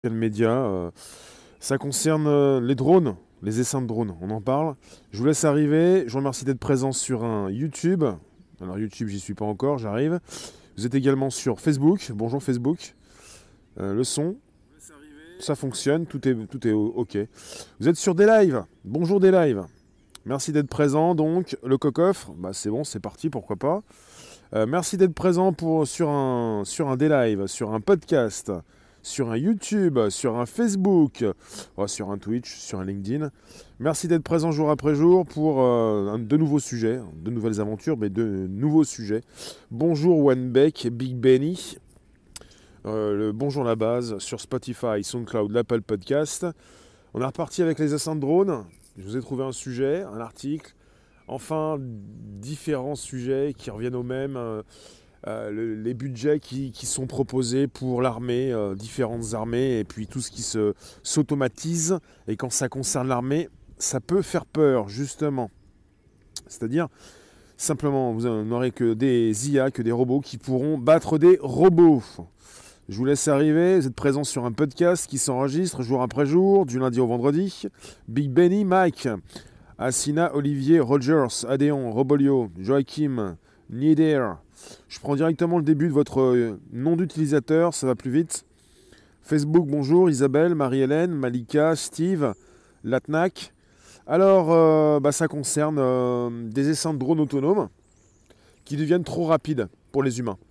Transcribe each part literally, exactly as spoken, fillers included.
Quel média euh, Ça concerne euh, les drones, les essaims de drones, on en parle. Je vous laisse arriver, je vous remercie d'être présent sur un YouTube. Alors YouTube, j'y suis pas encore, j'arrive. Vous êtes également sur Facebook, bonjour Facebook. Euh, le son, ça fonctionne, tout est, tout est o- ok. Vous êtes sur des lives, bonjour des lives. Merci d'être présent, donc le coq-offre, bah c'est bon, c'est parti, pourquoi pas. Euh, merci d'être présent pour, sur, un, sur un des lives, sur un podcast, sur un YouTube, sur un Facebook, oh, sur un Twitch, sur un LinkedIn. Merci d'être présent jour après jour pour euh, un- de nouveaux sujets, de nouvelles aventures, mais de nouveaux sujets. Bonjour Onebeck, Big Benny, euh, le Bonjour la base sur Spotify, SoundCloud, l'Apple Podcast. On est reparti avec les essaims de drones. Je vous ai trouvé un sujet, un article. Enfin, différents sujets qui reviennent au même. euh, euh, le- les budgets qui, qui sont proposés pour l'armée, euh, différentes armées, et puis tout ce qui se, s'automatise. Et quand ça concerne l'armée, ça peut faire peur, justement. C'est-à-dire, simplement, vous n'aurez que des I A, que des robots qui pourront battre des robots. Je vous laisse arriver, vous êtes présents sur un podcast qui s'enregistre jour après jour, du lundi au vendredi. Big Benny, Mike, Asina, Olivier, Rogers, Adéon, Robolio, Joachim, Nieder. Je prends directement le début de votre euh, nom d'utilisateur, ça va plus vite. Facebook, bonjour, Isabelle, Marie-Hélène, Malika, Steve, Latnak. Alors, euh, bah, ça concerne euh, des essaims de drones autonomes qui deviennent trop rapides pour les humains.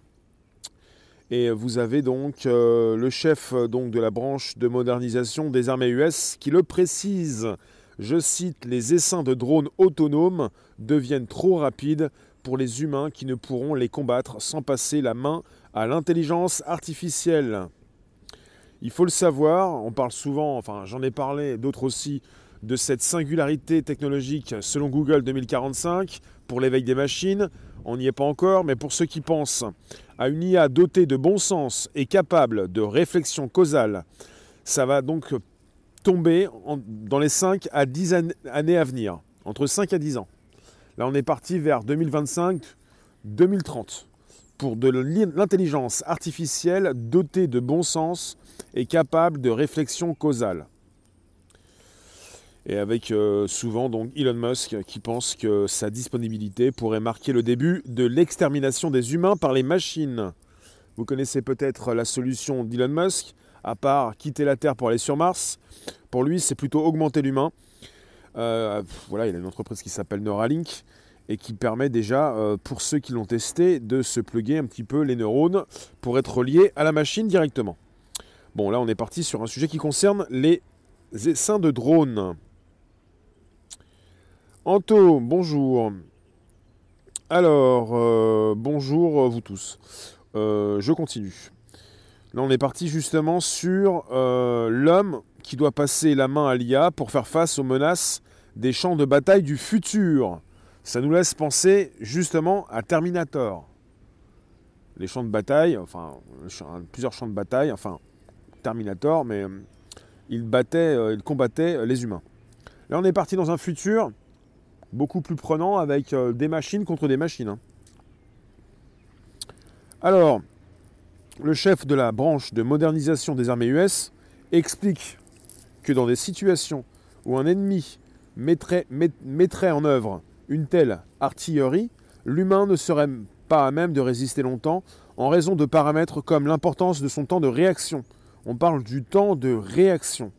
Et vous avez donc euh, le chef euh, donc, de la branche de modernisation des armées U S qui le précise. Je cite, les essaims de drones autonomes deviennent trop rapides pour les humains qui ne pourront les combattre sans passer la main à l'intelligence artificielle. Il faut le savoir, on parle souvent, enfin j'en ai parlé, d'autres aussi, de cette singularité technologique selon Google deux mille quarante-cinq pour l'éveil des machines. On n'y est pas encore, mais pour ceux qui pensent à une I A dotée de bon sens et capable de réflexion causale, ça va donc tomber en- dans les cinq à dix an- années à venir, entre cinq à dix ans. Là, on est parti vers deux mille vingt-cinq deux mille trente pour de l'intelligence artificielle dotée de bon sens et capable de réflexion causale. Et avec euh, souvent donc Elon Musk qui pense que sa disponibilité pourrait marquer le début de l'extermination des humains par les machines. Vous connaissez peut-être la solution d'Elon Musk, à part quitter la Terre pour aller sur Mars. Pour lui, c'est plutôt augmenter l'humain. Euh, voilà, il a une entreprise qui s'appelle Neuralink et qui permet déjà, euh, pour ceux qui l'ont testé, de se plugger un petit peu les neurones pour être reliés à la machine directement. Bon, là, on est parti sur un sujet qui concerne les essaims de drones. Anto, bonjour. Alors, euh, bonjour vous tous. Euh, je continue. Là, on est parti justement sur euh, l'homme qui doit passer la main à l'I A pour faire face aux menaces des champs de bataille du futur. Ça nous laisse penser justement à Terminator. Les champs de bataille, enfin, plusieurs champs de bataille, enfin, Terminator, mais euh, il battait, euh, il combattait les humains. Là, on est parti dans un futur beaucoup plus prenant avec euh, des machines contre des machines. Hein. Alors, le chef de la branche de modernisation des armées U S explique que dans des situations où un ennemi mettrait, met, mettrait en œuvre une telle artillerie, l'humain ne serait pas à même de résister longtemps en raison de paramètres comme l'importance de son temps de réaction. On parle du temps de réaction.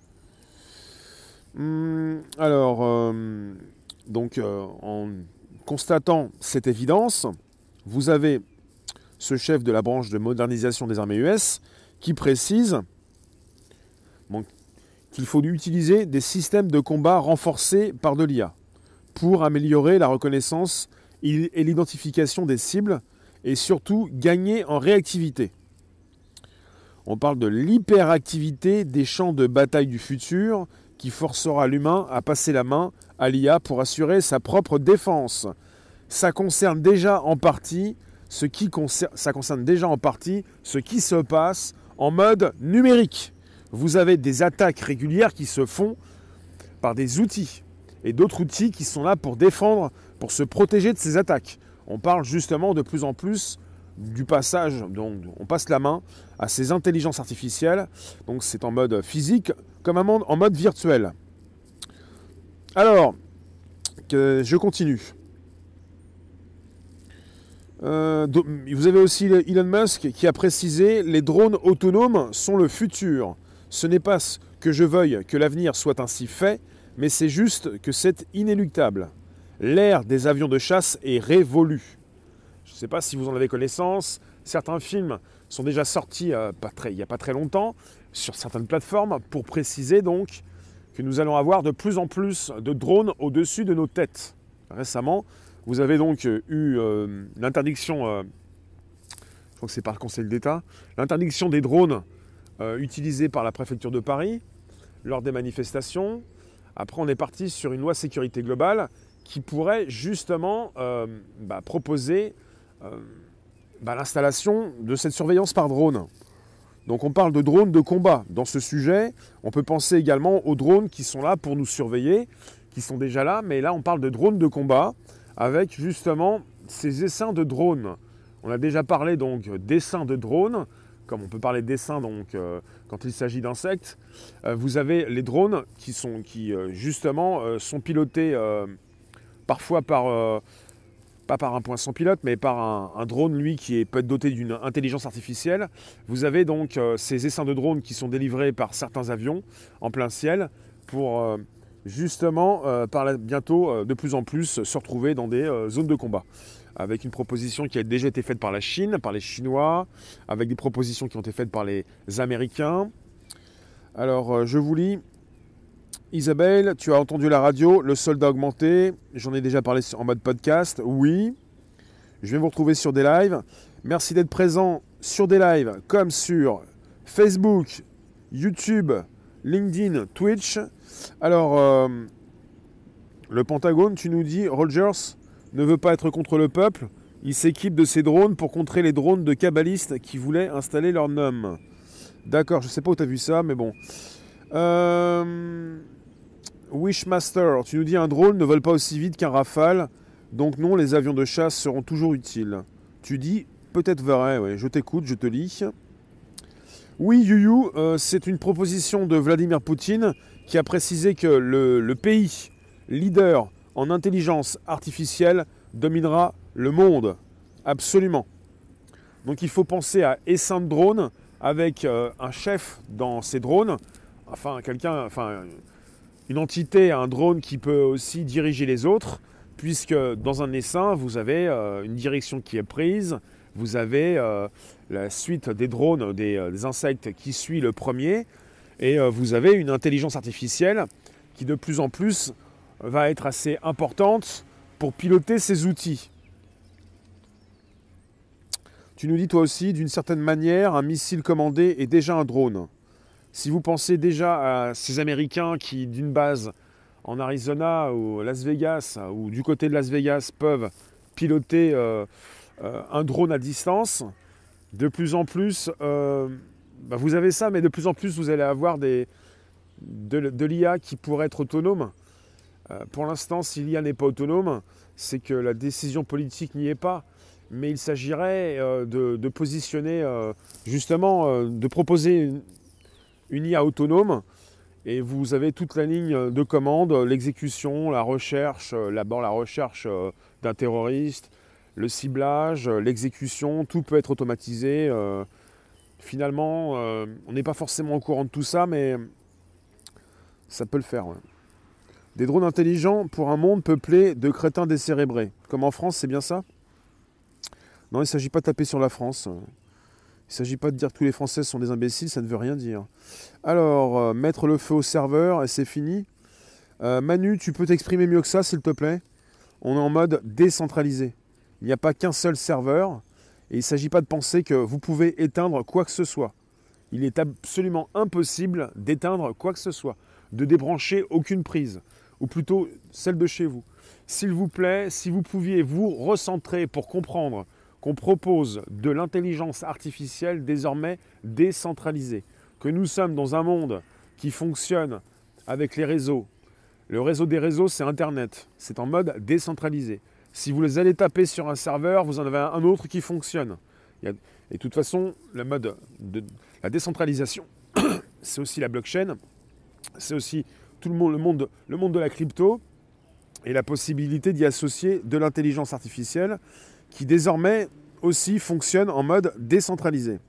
Hum, alors, euh, donc, euh, en constatant cette évidence, vous avez ce chef de la branche de modernisation des armées U S qui précise bon, qu'il faut utiliser des systèmes de combat renforcés par de l'I A pour améliorer la reconnaissance et l'identification des cibles et surtout gagner en réactivité. On parle de l'hyperactivité des champs de bataille du futur qui forcera l'humain à passer la main à l'I A pour assurer sa propre défense. Ça concerne déjà en partie ce qui concerne, ça concerne déjà en partie ce qui se passe en mode numérique. Vous avez des attaques régulières qui se font par des outils et d'autres outils qui sont là pour défendre, pour se protéger de ces attaques. On parle justement de plus en plus du passage, donc on passe la main à ces intelligences artificielles. Donc c'est en mode physique comme en mode virtuel. Alors, que je continue. Euh, vous avez aussi Elon Musk qui a précisé « Les drones autonomes sont le futur. Ce n'est pas que je veuille que l'avenir soit ainsi fait, mais c'est juste que c'est inéluctable. L'ère des avions de chasse est révolue. » Je ne sais pas si vous en avez connaissance. Certains films sont déjà sortis euh, pas très, il n'y a pas très longtemps sur certaines plateformes pour préciser donc que nous allons avoir de plus en plus de drones au-dessus de nos têtes. Récemment, vous avez donc eu euh, l'interdiction, euh, je crois que c'est par le Conseil d'État, l'interdiction des drones euh, utilisés par la préfecture de Paris lors des manifestations. Après, on est parti sur une loi sécurité globale qui pourrait justement euh, bah, proposer euh, bah, l'installation de cette surveillance par drone. Donc on parle de drones de combat. Dans ce sujet, on peut penser également aux drones qui sont là pour nous surveiller, qui sont déjà là, mais là on parle de drones de combat avec justement ces essaims de drones. On a déjà parlé donc d'essaims de drones, comme on peut parler d'essaims donc euh, quand il s'agit d'insectes. Euh, vous avez les drones qui sont qui euh, justement euh, sont pilotés euh, parfois par euh, pas par un point sans pilote, mais par un, un drone, lui, qui est, peut être doté d'une intelligence artificielle. Vous avez donc euh, ces essaims de drones qui sont délivrés par certains avions en plein ciel pour euh, justement, euh, par la, bientôt, euh, de plus en plus, se retrouver dans des euh, zones de combat. Avec une proposition qui a déjà été faite par la Chine, par les Chinois, avec des propositions qui ont été faites par les Américains. Alors, euh, je vous lis. Isabelle, tu as entendu la radio, le soldat augmenté, j'en ai déjà parlé en mode podcast, oui. Je vais vous retrouver sur des lives. Merci d'être présent sur des lives comme sur Facebook, YouTube, LinkedIn, Twitch. Alors, euh, le Pentagone, tu nous dis, Rogers ne veut pas être contre le peuple, il s'équipe de ses drones pour contrer les drones de kabbalistes qui voulaient installer leur nom. D'accord, je ne sais pas où tu as vu ça, mais bon. Euh... Wishmaster, tu nous dis un drone ne vole pas aussi vite qu'un Rafale, donc non, les avions de chasse seront toujours utiles. Tu dis peut-être vrai, ouais. Je t'écoute, je te lis. Oui, Yuyu, euh, c'est une proposition de Vladimir Poutine qui a précisé que le, le pays leader en intelligence artificielle dominera le monde. Absolument. Donc il faut penser à essaim de drones avec euh, un chef dans ces drones, enfin quelqu'un, enfin une entité, un drone qui peut aussi diriger les autres, puisque dans un essaim, vous avez euh, une direction qui est prise, vous avez euh, la suite des drones, des, euh, des insectes qui suit le premier, et euh, vous avez une intelligence artificielle qui de plus en plus va être assez importante pour piloter ces outils. Tu nous dis toi aussi, d'une certaine manière, un missile commandé est déjà un drone. Si vous pensez déjà à ces Américains qui, d'une base en Arizona ou Las Vegas, ou du côté de Las Vegas, peuvent piloter euh, euh, un drone à distance, de plus en plus, euh, bah vous avez ça, mais de plus en plus, vous allez avoir des, de, de l'I A qui pourrait être autonome. Euh, pour l'instant, si l'I A n'est pas autonome, c'est que la décision politique n'y est pas. Mais il s'agirait euh, de, de positionner, euh, justement, euh, de proposer une, une I A autonome, et vous avez toute la ligne de commande, l'exécution, la recherche, d'abord la recherche d'un terroriste, le ciblage, l'exécution, tout peut être automatisé. Euh, finalement, euh, on n'est pas forcément au courant de tout ça, mais ça peut le faire. Ouais. Des drones intelligents pour un monde peuplé de crétins décérébrés. Comme en France, c'est bien ça? Non, il ne s'agit pas de taper sur la France. Il ne s'agit pas de dire que tous les Français sont des imbéciles, ça ne veut rien dire. Alors, euh, mettre le feu au serveur et c'est fini. Euh, Manu, tu peux t'exprimer mieux que ça, s'il te plaît? On est en mode décentralisé. Il n'y a pas qu'un seul serveur et il ne s'agit pas de penser que vous pouvez éteindre quoi que ce soit. Il est absolument impossible d'éteindre quoi que ce soit, de débrancher aucune prise, ou plutôt celle de chez vous. S'il vous plaît, si vous pouviez vous recentrer pour comprendre qu'on propose de l'intelligence artificielle désormais décentralisée, que nous sommes dans un monde qui fonctionne avec les réseaux. Le réseau des réseaux, c'est Internet. C'est en mode décentralisé. Si vous allez taper sur un serveur, vous en avez un autre qui fonctionne. Il y a, et de toute façon, le mode de la décentralisation, c'est aussi la blockchain, c'est aussi tout le monde, le monde, le monde de la crypto et la possibilité d'y associer de l'intelligence artificielle qui désormais aussi fonctionne en mode décentralisé.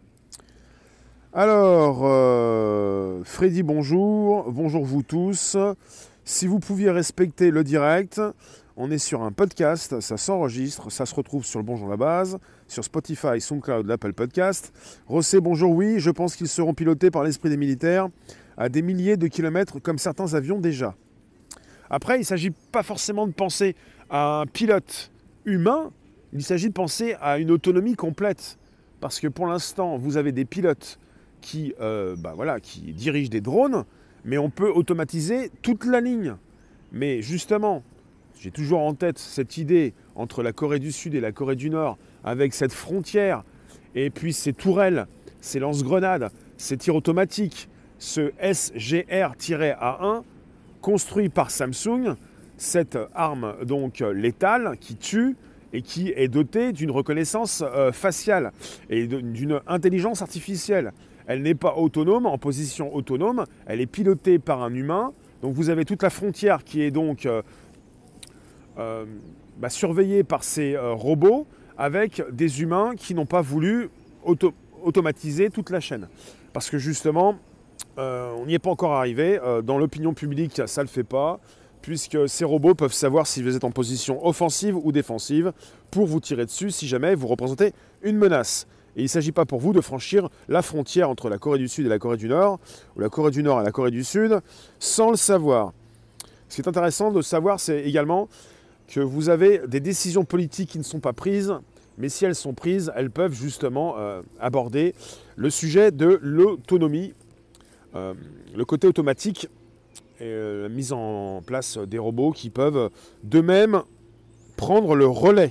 Alors, euh, Freddy, bonjour. Bonjour vous tous. Si vous pouviez respecter le direct, on est sur un podcast, ça s'enregistre, ça se retrouve sur le Bonjour la Base, sur Spotify, SoundCloud, l'Apple Podcast. Rossé, bonjour, oui, je pense qu'ils seront pilotés par l'esprit des militaires à des milliers de kilomètres comme certains avions déjà. Après, il ne s'agit pas forcément de penser à un pilote humain, il s'agit de penser à une autonomie complète. Parce que pour l'instant, vous avez des pilotes qui, euh, bah voilà, qui dirigent des drones, mais on peut automatiser toute la ligne. Mais justement, j'ai toujours en tête cette idée entre la Corée du Sud et la Corée du Nord, avec cette frontière, et puis ces tourelles, ces lance-grenades, ces tirs automatiques, ce S G R A un, construit par Samsung, cette arme donc létale qui tue et qui est dotée d'une reconnaissance euh, faciale et d'une intelligence artificielle. Elle n'est pas autonome, en position autonome, elle est pilotée par un humain. Donc vous avez toute la frontière qui est donc euh, euh, bah, surveillée par ces euh, robots avec des humains qui n'ont pas voulu auto- automatiser toute la chaîne. Parce que justement, euh, on n'y est pas encore arrivé. Euh, dans l'opinion publique, ça ne le fait pas, puisque ces robots peuvent savoir si vous êtes en position offensive ou défensive pour vous tirer dessus si jamais vous représentez une menace. Et il ne s'agit pas pour vous de franchir la frontière entre la Corée du Sud et la Corée du Nord, ou la Corée du Nord et la Corée du Sud, sans le savoir. Ce qui est intéressant de savoir, c'est également que vous avez des décisions politiques qui ne sont pas prises, mais si elles sont prises, elles peuvent justement euh, aborder le sujet de l'autonomie, euh, le côté automatique, et euh, la mise en place des robots qui peuvent d'eux-mêmes prendre le relais.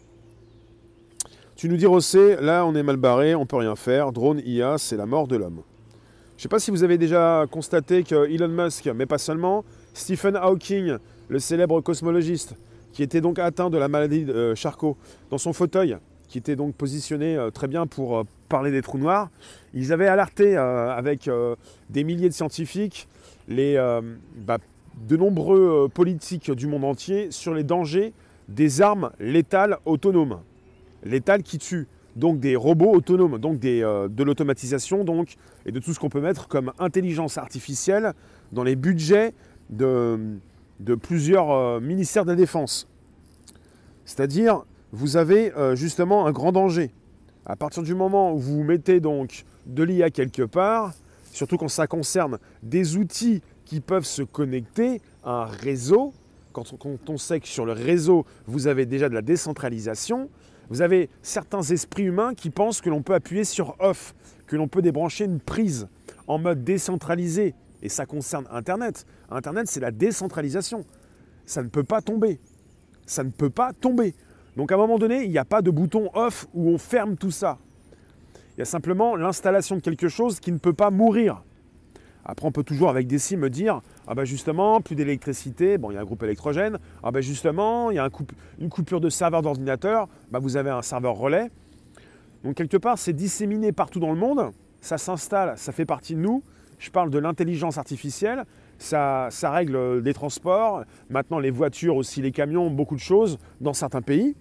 Tu nous dis, Rossé, là on est mal barré, on ne peut rien faire, drone I A, c'est la mort de l'homme. Je ne sais pas si vous avez déjà constaté que Elon Musk, mais pas seulement, Stephen Hawking, le célèbre cosmologiste, qui était donc atteint de la maladie de Charcot, dans son fauteuil, qui était donc positionné euh, très bien pour euh, parler des trous noirs, ils avaient alerté euh, avec euh, des milliers de scientifiques, les, euh, bah, de nombreux euh, politiques du monde entier, sur les dangers des armes létales autonomes. Létales qui tuent, donc des robots autonomes, donc des, euh, de l'automatisation donc, et de tout ce qu'on peut mettre comme intelligence artificielle dans les budgets de, de plusieurs euh, ministères de la Défense. C'est-à-dire, vous avez euh, justement un grand danger. À partir du moment où vous mettez donc de l'I A quelque part, surtout quand ça concerne des outils qui peuvent se connecter à un réseau, quand on, quand on sait que sur le réseau, vous avez déjà de la décentralisation, vous avez certains esprits humains qui pensent que l'on peut appuyer sur off, que l'on peut débrancher une prise en mode décentralisé. Et ça concerne Internet. Internet, c'est la décentralisation. Ça ne peut pas tomber. Ça ne peut pas tomber. Donc à un moment donné, il n'y a pas de bouton off où on ferme tout ça. Il y a simplement l'installation de quelque chose qui ne peut pas mourir. Après, on peut toujours avec des si me dire « Ah ben justement, plus d'électricité, bon, il y a un groupe électrogène. Ah ben justement, il y a un coup, une coupure de serveur d'ordinateur, ben vous avez un serveur relais. » Donc quelque part, c'est disséminé partout dans le monde. Ça s'installe, ça fait partie de nous. Je parle de l'intelligence artificielle. Ça, ça règle les transports. Maintenant, les voitures aussi, les camions, beaucoup de choses dans certains pays.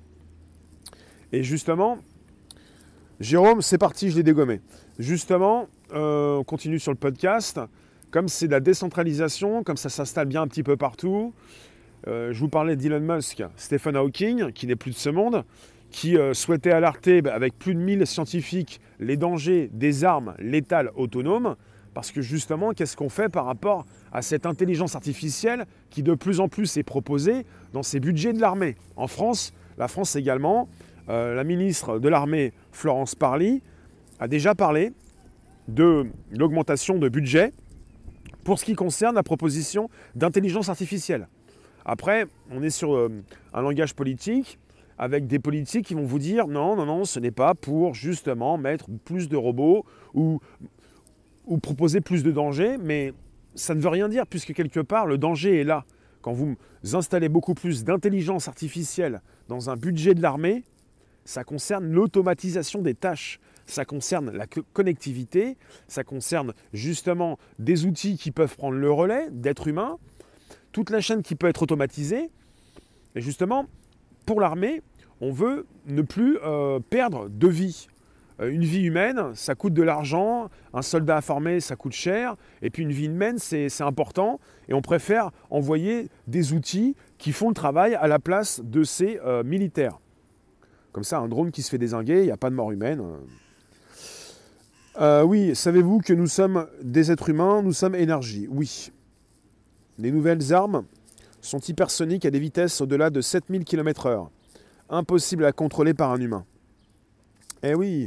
Et justement, Jérôme, c'est parti, je l'ai dégommé. Justement, euh, on continue sur le podcast. Comme c'est de la décentralisation, comme ça s'installe bien un petit peu partout, euh, je vous parlais d'Elon Musk, Stephen Hawking, qui n'est plus de ce monde, qui euh, souhaitait alerter bah, avec plus de mille scientifiques les dangers des armes létales autonomes, parce que justement, qu'est-ce qu'on fait par rapport à cette intelligence artificielle qui de plus en plus est proposée dans ces budgets de l'armée. En France, la France également, euh, la ministre de l'armée, Florence Parly, a déjà parlé de l'augmentation de budget pour ce qui concerne la proposition d'intelligence artificielle. Après, on est sur euh, un langage politique avec des politiques qui vont vous dire non, non, non, ce n'est pas pour justement mettre plus de robots ou, ou proposer plus de dangers, mais ça ne veut rien dire puisque quelque part, le danger est là. Quand vous installez beaucoup plus d'intelligence artificielle dans un budget de l'armée, ça concerne l'automatisation des tâches. Ça concerne la connectivité, ça concerne justement des outils qui peuvent prendre le relais d'êtres humains, toute la chaîne qui peut être automatisée. Et justement, pour l'armée, on veut ne plus euh, perdre de vie. Euh, une vie humaine, ça coûte de l'argent, un soldat à former, ça coûte cher, et puis une vie humaine, c'est, c'est important, et on préfère envoyer des outils qui font le travail à la place de ces euh, militaires. Comme ça, un drone qui se fait dézinguer, il n'y a pas de mort humaine. Euh, oui, savez-vous que nous sommes des êtres humains, nous sommes énergie? Oui. Les nouvelles armes sont hypersoniques à des vitesses au-delà de sept mille kilomètres heure. Impossible à contrôler par un humain. Eh oui.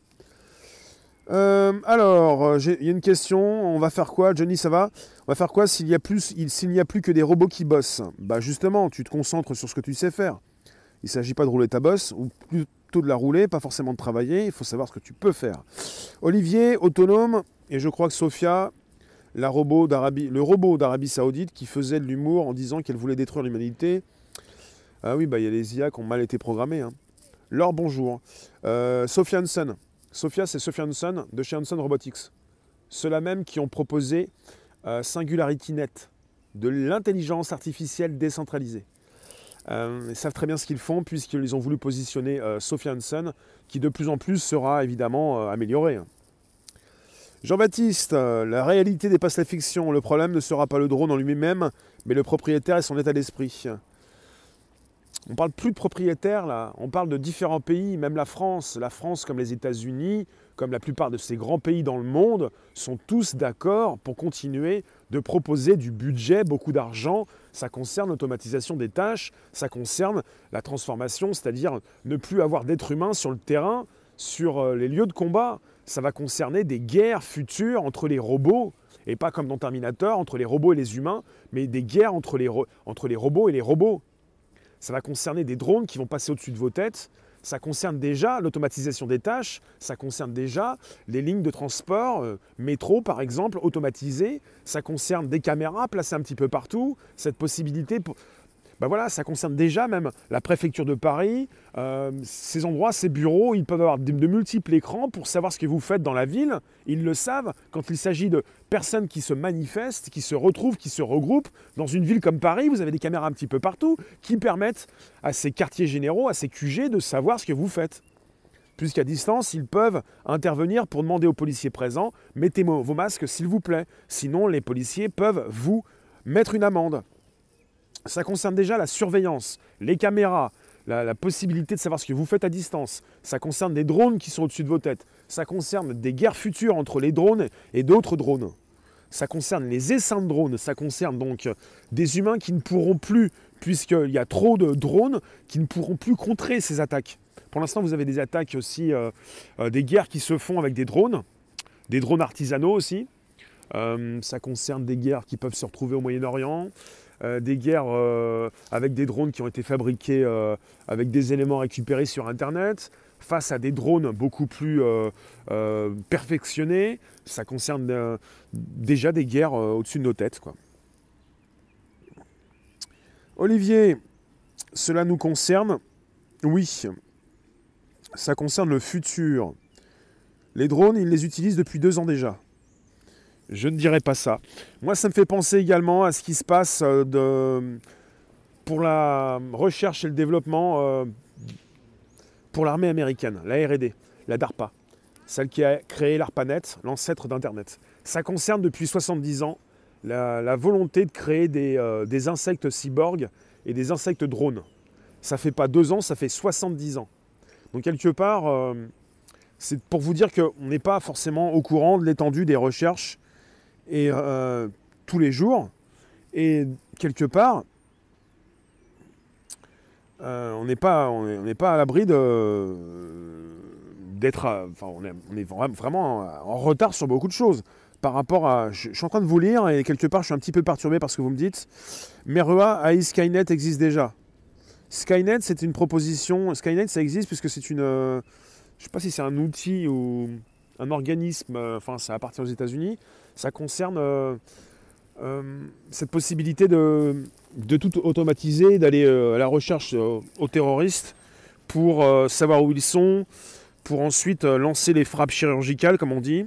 Euh, alors, il y a une question. On va faire quoi, Johnny, ça va? On va faire quoi s'il y a plus, s'il n'y a plus que des robots qui bossent? Bah justement, tu te concentres sur ce que tu sais faire. Il ne s'agit pas de rouler ta bosse, ou plutôt de la rouler, pas forcément de travailler. Il faut savoir ce que tu peux faire. Olivier, autonome, et je crois que Sophia, la robot d'Arabie, le robot d'Arabie Saoudite qui faisait de l'humour en disant qu'elle voulait détruire l'humanité. Ah oui, bah il y a les I A qui ont mal été programmés. Hein. Laure, bonjour. Euh, Sophia Hansen. Sophia, c'est Sophia Hansen de chez Hansen Robotics. Ceux-là même qui ont proposé euh, SingularityNet, de l'intelligence artificielle décentralisée. Euh, ils savent très bien ce qu'ils font puisqu'ils ont voulu positionner euh, Sophia Hansen, qui de plus en plus sera évidemment euh, améliorée. Jean-Baptiste, euh, la réalité dépasse la fiction. Le problème ne sera pas le drone en lui-même, mais le propriétaire et son état d'esprit. On parle plus de propriétaires là, on parle de différents pays, même la France. La France, comme les États-Unis, comme la plupart de ces grands pays dans le monde, sont tous d'accord pour continuer de proposer du budget, beaucoup d'argent. Ça concerne l'automatisation des tâches, ça concerne la transformation, c'est-à-dire ne plus avoir d'êtres humains sur le terrain, sur les lieux de combat. Ça va concerner des guerres futures entre les robots, et pas comme dans Terminator, entre les robots et les humains, mais des guerres entre les, ro- entre les robots et les robots. Ça va concerner des drones qui vont passer au-dessus de vos têtes. Ça concerne déjà l'automatisation des tâches. Ça concerne déjà les lignes de transport, euh, métro par exemple, automatisées. Ça concerne des caméras placées un petit peu partout. Cette possibilité, pour... ben voilà, ça concerne déjà même la préfecture de Paris. Euh, ces endroits, ces bureaux, ils peuvent avoir de, de multiples écrans pour savoir ce que vous faites dans la ville. Ils le savent quand il s'agit de personnes qui se manifestent, qui se retrouvent, qui se regroupent. Dans une ville comme Paris, vous avez des caméras un petit peu partout qui permettent à ces quartiers généraux, à ces Q G, de savoir ce que vous faites. Puisqu'à distance, ils peuvent intervenir pour demander aux policiers présents « Mettez vos masques s'il vous plaît ». Sinon, les policiers peuvent vous mettre une amende. Ça concerne déjà la surveillance, les caméras, la, la possibilité de savoir ce que vous faites à distance. Ça concerne des drones qui sont au-dessus de vos têtes. Ça concerne des guerres futures entre les drones et d'autres drones. Ça concerne les essaims de drones. Ça concerne donc des humains qui ne pourront plus, puisqu'il y a trop de drones, qui ne pourront plus contrer ces attaques. Pour l'instant, vous avez des attaques aussi, euh, euh, des guerres qui se font avec des drones, des drones artisanaux aussi. Euh, ça concerne des guerres qui peuvent se retrouver au Moyen-Orient. Euh, des guerres euh, avec des drones qui ont été fabriqués euh, avec des éléments récupérés sur Internet, face à des drones beaucoup plus euh, euh, perfectionnés. Ça concerne euh, déjà des guerres euh, au-dessus de nos têtes, quoi. Olivier, cela nous concerne? Oui, ça concerne le futur. Les drones, ils les utilisent depuis deux ans déjà. Je ne dirais pas ça. Moi, ça me fait penser également à ce qui se passe de, pour la recherche et le développement euh, pour l'armée américaine, la R et D, la DARPA, celle qui a créé l'ARPANET, l'ancêtre d'Internet. Ça concerne depuis soixante-dix ans la, la volonté de créer des, euh, des insectes cyborgs et des insectes drones. Ça ne fait pas deux ans, ça fait soixante-dix ans. Donc quelque part, euh, c'est pour vous dire qu'on n'est pas forcément au courant de l'étendue des recherches et euh, tous les jours, et quelque part, euh, on n'est pas, on est, on n'est pas à l'abri de, d'être, enfin, on est, on est vraiment en retard sur beaucoup de choses. Par rapport à, je, je suis en train de vous lire et quelque part, je suis un petit peu perturbé par ce que vous me dites. Merua, A I Skynet existe déjà. Skynet, c'est une proposition. Skynet, ça existe puisque c'est une, euh, je ne sais pas si c'est un outil ou un organisme. Euh, enfin, ça appartient aux États-Unis. Ça concerne euh, euh, cette possibilité de, de tout automatiser, d'aller euh, à la recherche euh, aux terroristes pour euh, savoir où ils sont, pour ensuite euh, lancer les frappes chirurgicales, comme on dit.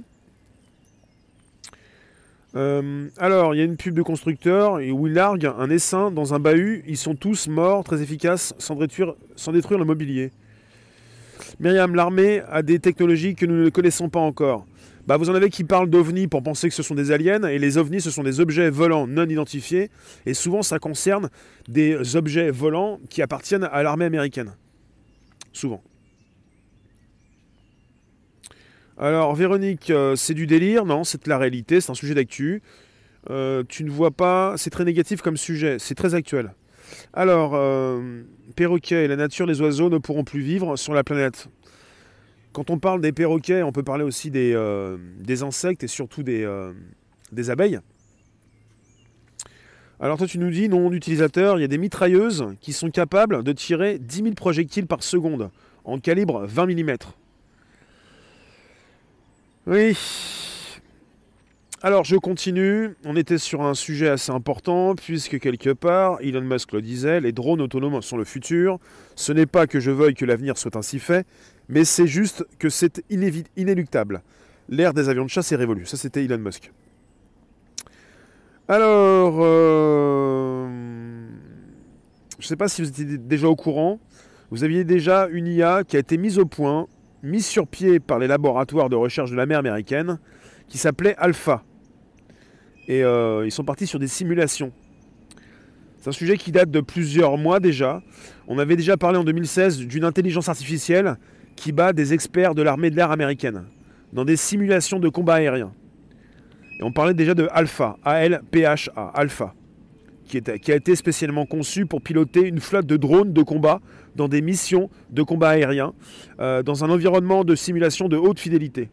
Euh, alors, il y a une pub de constructeur où il largue un essaim dans un bahut. Ils sont tous morts, très efficaces, sans détruire, sans détruire le mobilier. Myriam, l'armée a des technologies que nous ne connaissons pas encore. Bah, vous en avez qui parlent d'ovnis pour penser que ce sont des aliens, et les ovnis, ce sont des objets volants non identifiés, et souvent ça concerne des objets volants qui appartiennent à l'armée américaine. Souvent. Alors, Véronique, euh, c'est du délire? Non, c'est de la réalité, c'est un sujet d'actu. Euh, tu ne vois pas, c'est très négatif comme sujet, c'est très actuel. Alors, euh, perroquets et la nature, les oiseaux ne pourront plus vivre sur la planète. Quand on parle des perroquets, on peut parler aussi des, euh, des insectes et surtout des, euh, des abeilles. Alors toi tu nous dis, nom d'utilisateur, il y a des mitrailleuses qui sont capables de tirer dix mille projectiles par seconde en calibre vingt millimètres. Oui. Alors je continue, on était sur un sujet assez important, puisque quelque part, Elon Musk le disait, les drones autonomes sont le futur. Ce n'est pas que je veuille que l'avenir soit ainsi fait, mais c'est juste que c'est inéluctable. L'ère des avions de chasse est révolue. Ça, c'était Elon Musk. Alors, euh... je ne sais pas si vous étiez déjà au courant, vous aviez déjà une I A qui a été mise au point, mise sur pied par les laboratoires de recherche de la mer américaine, qui s'appelait Alpha. Et euh, ils sont partis sur des simulations. C'est un sujet qui date de plusieurs mois déjà. On avait déjà parlé en deux mille seize d'une intelligence artificielle qui bat des experts de l'armée de l'air américaine dans des simulations de combat aérien. Et on parlait déjà de Alpha, A L P H A, Alpha, qui, était, qui a été spécialement conçu pour piloter une flotte de drones de combat dans des missions de combat aérien, euh, dans un environnement de simulation de haute fidélité.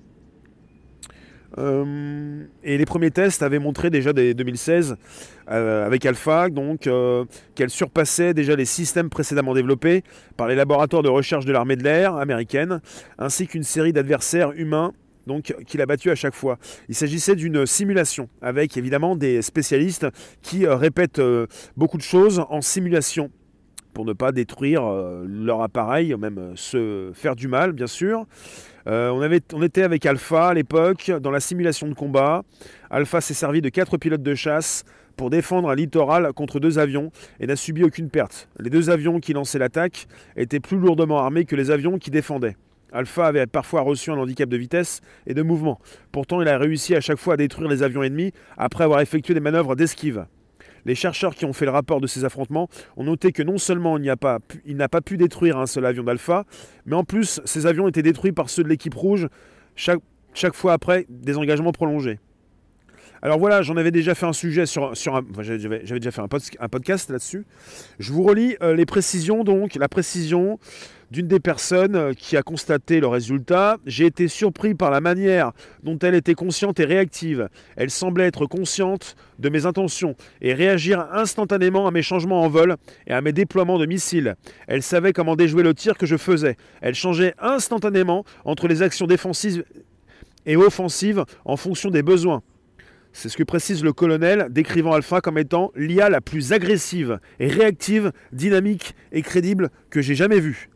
Euh, et les premiers tests avaient montré déjà dès deux mille seize euh, avec Alpha donc euh, qu'elle surpassait déjà les systèmes précédemment développés par les laboratoires de recherche de l'armée de l'air américaine, ainsi qu'une série d'adversaires humains donc qu'il a battu à chaque fois. Il s'agissait d'une simulation avec évidemment des spécialistes qui euh, répètent euh, beaucoup de choses en simulation pour ne pas détruire euh, leur appareil, même euh, se faire du mal bien sûr. Euh, on, avait, on était avec Alpha à l'époque dans la simulation de combat. Alpha s'est servi de quatre pilotes de chasse pour défendre un littoral contre deux avions et n'a subi aucune perte. Les deux avions qui lançaient l'attaque étaient plus lourdement armés que les avions qui défendaient. Alpha avait parfois reçu un handicap de vitesse et de mouvement. Pourtant, il a réussi à chaque fois à détruire les avions ennemis après avoir effectué des manœuvres d'esquive. Les chercheurs qui ont fait le rapport de ces affrontements ont noté que non seulement il n'y a pas pu, il n'a pas pu détruire un seul avion d'Alpha, mais en plus, ces avions étaient détruits par ceux de l'équipe rouge chaque, chaque fois après des engagements prolongés. Alors voilà, j'en avais déjà fait un sujet sur, sur un, enfin, j'avais, j'avais déjà fait un, pod, un podcast là-dessus. Je vous relis euh, les précisions, donc la précision d'une des personnes qui a constaté le résultat. J'ai été surpris par la manière dont elle était consciente et réactive. Elle semblait être consciente de mes intentions et réagir instantanément à mes changements en vol et à mes déploiements de missiles. Elle savait comment déjouer le tir que je faisais. Elle changeait instantanément entre les actions défensives et offensives en fonction des besoins. C'est ce que précise le colonel, décrivant Alpha comme étant l'I A la plus agressive et réactive, dynamique et crédible que j'ai jamais vue.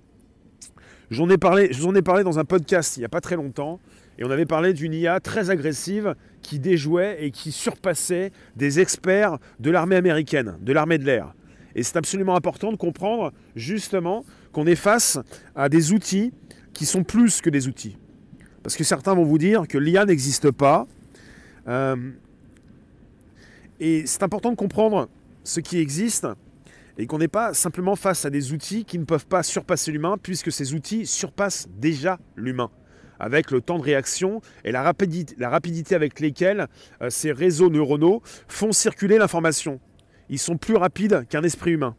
J'en ai parlé, je vous en ai parlé dans un podcast il n'y a pas très longtemps, et on avait parlé d'une I A très agressive qui déjouait et qui surpassait des experts de l'armée américaine, de l'armée de l'air. Et c'est absolument important de comprendre justement qu'on est face à des outils qui sont plus que des outils. Parce que certains vont vous dire que l'I A n'existe pas. Euh, et c'est important de comprendre ce qui existe et qu'on n'est pas simplement face à des outils qui ne peuvent pas surpasser l'humain, puisque ces outils surpassent déjà l'humain, avec le temps de réaction et la rapidité, la rapidité avec lesquelles euh, ces réseaux neuronaux font circuler l'information. Ils sont plus rapides qu'un esprit humain.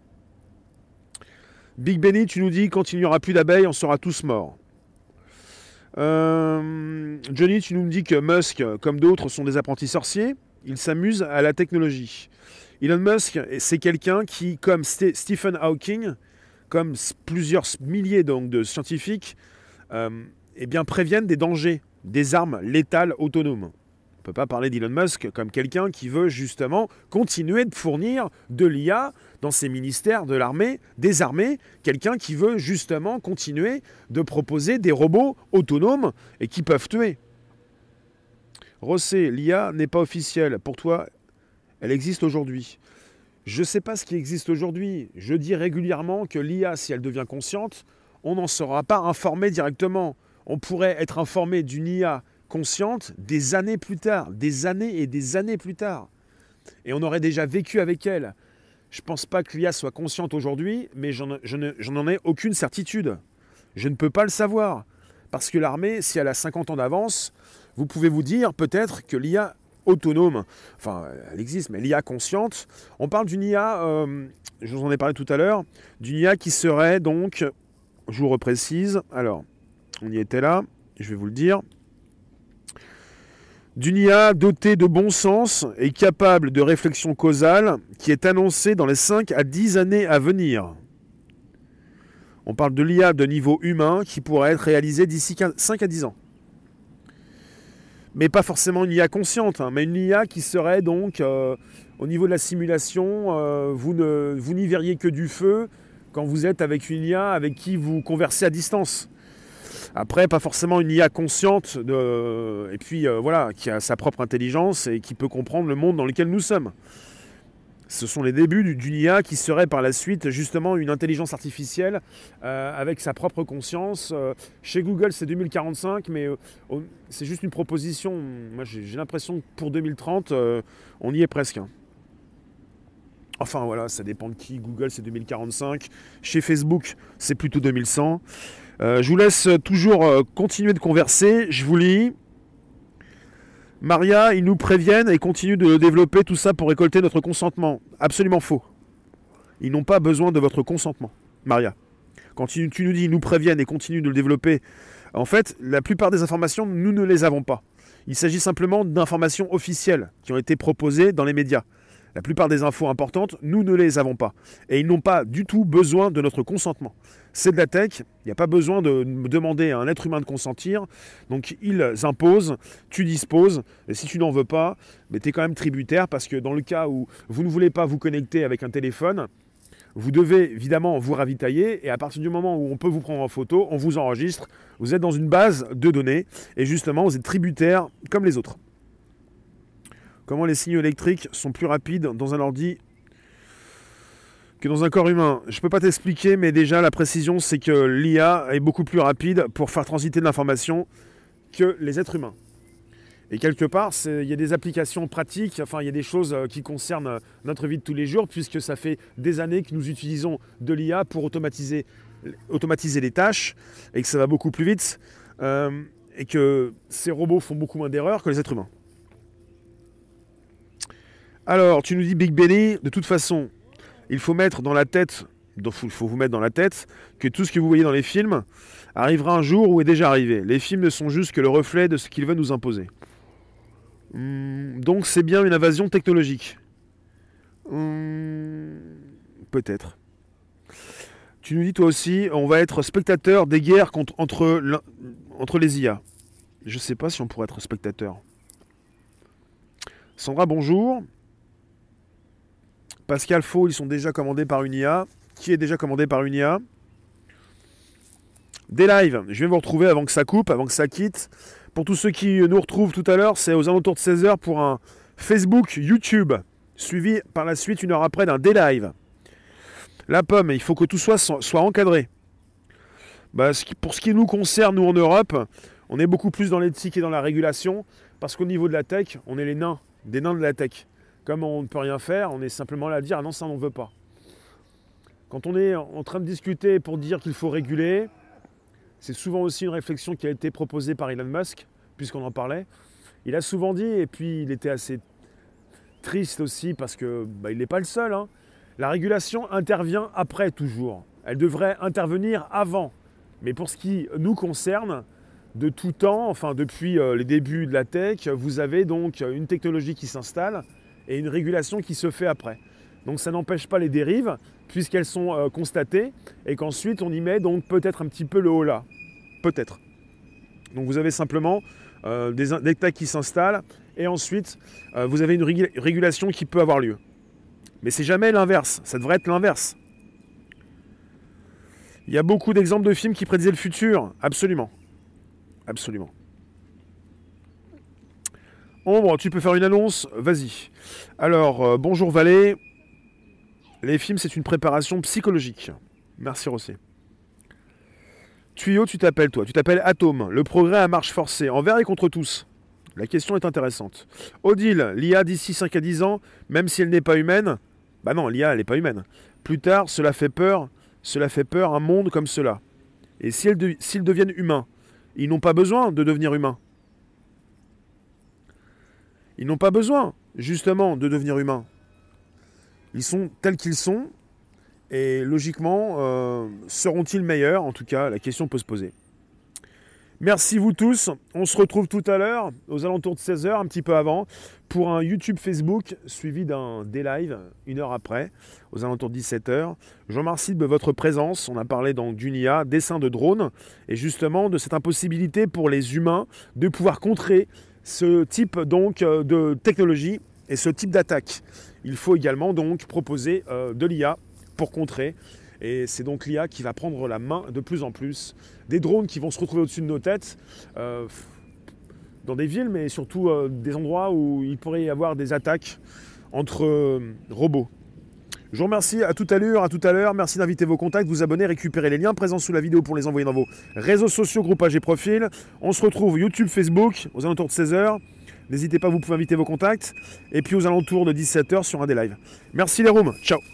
Big Benny, tu nous dis, quand il n'y aura plus d'abeilles, on sera tous morts. Euh, Johnny, tu nous dis que Musk, comme d'autres, sont des apprentis sorciers. Ils s'amusent à la technologie. Elon Musk, c'est quelqu'un qui, comme St- Stephen Hawking, comme plusieurs milliers donc, de scientifiques, euh, eh bien, préviennent des dangers, des armes létales autonomes. ne peut pas parler d'Elon Musk comme quelqu'un qui veut justement continuer de fournir de l'I A dans ses ministères de l'armée, des armées, quelqu'un qui veut justement continuer de proposer des robots autonomes et qui peuvent tuer. Rossé, l'I A n'est pas officielle. Pour toi, elle existe aujourd'hui. Je ne sais pas ce qui existe aujourd'hui. Je dis régulièrement que l'I A, si elle devient consciente, on n'en sera pas informé directement. On pourrait être informé d'une I A consciente des années plus tard, des années et des années plus tard. Et on aurait déjà vécu avec elle. Je ne pense pas que l'I A soit consciente aujourd'hui, mais j'en, je ne, je n'en ai aucune certitude. Je ne peux pas le savoir. Parce que l'armée, si elle a cinquante ans d'avance, vous pouvez vous dire peut-être que l'I A autonome, enfin elle existe, mais l'I A consciente, on parle d'une I A, euh, je vous en ai parlé tout à l'heure, d'une I A qui serait donc, je vous reprécise, alors on y était là, je vais vous le dire, d'une I A dotée de bon sens et capable de réflexion causale qui est annoncée dans les cinq à dix années à venir. On parle de l'I A de niveau humain qui pourrait être réalisée d'ici cinq à dix ans. Mais pas forcément une I A consciente, hein, mais une I A qui serait donc, euh, au niveau de la simulation, euh, vous, ne, vous n'y verriez que du feu quand vous êtes avec une I A avec qui vous conversez à distance. Après, pas forcément une I A consciente, de, et puis euh, voilà, qui a sa propre intelligence et qui peut comprendre le monde dans lequel nous sommes. Ce sont les débuts d'une I A qui serait par la suite justement une intelligence artificielle euh, avec sa propre conscience. Euh, chez Google, c'est deux mille quarante-cinq, mais euh, on, c'est juste une proposition. Moi, j'ai, j'ai l'impression que pour deux mille trente, euh, on y est presque. Hein. Enfin voilà, ça dépend de qui. Google, c'est deux mille quarante-cinq. Chez Facebook, c'est plutôt deux mille cent. Euh, je vous laisse toujours euh, continuer de converser. Je vous lis. Maria, ils nous préviennent et continuent de développer tout ça pour récolter notre consentement. Absolument faux. Ils n'ont pas besoin de votre consentement, Maria. Quand tu, tu nous dis ils nous préviennent et continuent de le développer, en fait, la plupart des informations, nous ne les avons pas. Il s'agit simplement d'informations officielles qui ont été proposées dans les médias. La plupart des infos importantes, nous ne les avons pas. Et ils n'ont pas du tout besoin de notre consentement. C'est de la tech, il n'y a pas besoin de demander à un être humain de consentir. Donc ils imposent, tu disposes, et si tu n'en veux pas, tu es quand même tributaire parce que dans le cas où vous ne voulez pas vous connecter avec un téléphone, vous devez évidemment vous ravitailler et à partir du moment où on peut vous prendre en photo, on vous enregistre, vous êtes dans une base de données et justement vous êtes tributaire comme les autres. Comment les signaux électriques sont plus rapides dans un ordi que dans un corps humain? Je ne peux pas t'expliquer, mais déjà la précision, c'est que l'I A est beaucoup plus rapide pour faire transiter de l'information que les êtres humains. Et quelque part, il y a des applications pratiques, enfin il y a des choses qui concernent notre vie de tous les jours, puisque ça fait des années que nous utilisons de l'I A pour automatiser, automatiser les tâches, et que ça va beaucoup plus vite, euh, et que ces robots font beaucoup moins d'erreurs que les êtres humains. Alors, tu nous dis Big Benny, de toute façon, il faut mettre dans la tête, il faut vous mettre dans la tête que tout ce que vous voyez dans les films arrivera un jour ou est déjà arrivé. Les films ne sont juste que le reflet de ce qu'ils veulent nous imposer. Hum, donc c'est bien une invasion technologique. Hum, peut-être. Tu nous dis toi aussi, on va être spectateur des guerres contre, entre, entre les I A. Je ne sais pas si on pourrait être spectateur. Sandra, bonjour. Pascal Faux, ils sont déjà commandés par une I A. Qui est déjà commandé par une I A? Des lives. Je vais vous retrouver avant que ça coupe, avant que ça quitte. Pour tous ceux qui nous retrouvent tout à l'heure, c'est aux alentours de seize heures pour un Facebook, YouTube, suivi par la suite une heure après d'un D-Live. La pomme, il faut que tout soit, soit encadré. Bah, pour ce qui nous concerne, nous en Europe, on est beaucoup plus dans l'éthique et dans la régulation, parce qu'au niveau de la tech, on est les nains, des nains de la tech. Comme on ne peut rien faire, on est simplement là à dire « ah non, ça on n'en veut pas ». Quand on est en train de discuter pour dire qu'il faut réguler, c'est souvent aussi une réflexion qui a été proposée par Elon Musk, puisqu'on en parlait. Il a souvent dit, et puis il était assez triste aussi, parce qu'il bah, n'est pas le seul, hein. La régulation intervient après toujours. Elle devrait intervenir avant. Mais pour ce qui nous concerne, de tout temps, enfin depuis euh, les débuts de la tech, vous avez donc une technologie qui s'installe et une régulation qui se fait après. Donc ça n'empêche pas les dérives, puisqu'elles sont euh, constatées, et qu'ensuite on y met donc peut-être un petit peu le holà. Peut-être. Donc vous avez simplement euh, des, des tech qui s'installent, et ensuite, euh, vous avez une régul- régulation qui peut avoir lieu. Mais c'est jamais l'inverse, ça devrait être l'inverse. Il y a beaucoup d'exemples de films qui prédisaient le futur, absolument. Absolument. Ombre, tu peux faire une annonce? Vas-y. Alors, euh, bonjour Valé. Les films, c'est une préparation psychologique. Merci Rosset. Tuyau, tu t'appelles toi. Tu t'appelles Atome. Le progrès à marche forcée. Envers et contre tous. La question est intéressante. Odile, l'I A d'ici cinq à dix ans, même si elle n'est pas humaine, bah non, l'I A, elle n'est pas humaine. Plus tard, cela fait peur, cela fait peur un monde comme cela. Et si elles de- s'ils deviennent humains, ils n'ont pas besoin de devenir humains. Ils n'ont pas besoin, justement, de devenir humains. Ils sont tels qu'ils sont, et logiquement, euh, seront-ils meilleurs? En tout cas, la question peut se poser. Merci vous tous. On se retrouve tout à l'heure, aux alentours de seize heures, un petit peu avant, pour un YouTube Facebook, suivi d'un D-Live, une heure après, aux alentours de dix-sept heures. Je vous remercie de votre présence. On a parlé donc d'une I A, dessin de drone, et justement de cette impossibilité pour les humains de pouvoir contrer ce type donc de technologie et ce type d'attaque. Il faut également donc proposer euh, de l'I A pour contrer. Et c'est donc l'I A qui va prendre la main de plus en plus. Des drones qui vont se retrouver au-dessus de nos têtes, euh, dans des villes, mais surtout euh, des endroits où il pourrait y avoir des attaques entre euh, robots. Je vous remercie, à tout à l'heure, à tout à l'heure. Merci d'inviter vos contacts, vous abonner, récupérer les liens présents sous la vidéo pour les envoyer dans vos réseaux sociaux, groupages et profils. On se retrouve YouTube, Facebook, aux alentours de seize heures. N'hésitez pas, vous pouvez inviter vos contacts. Et puis aux alentours de dix-sept heures sur un des lives. Merci les rooms, ciao.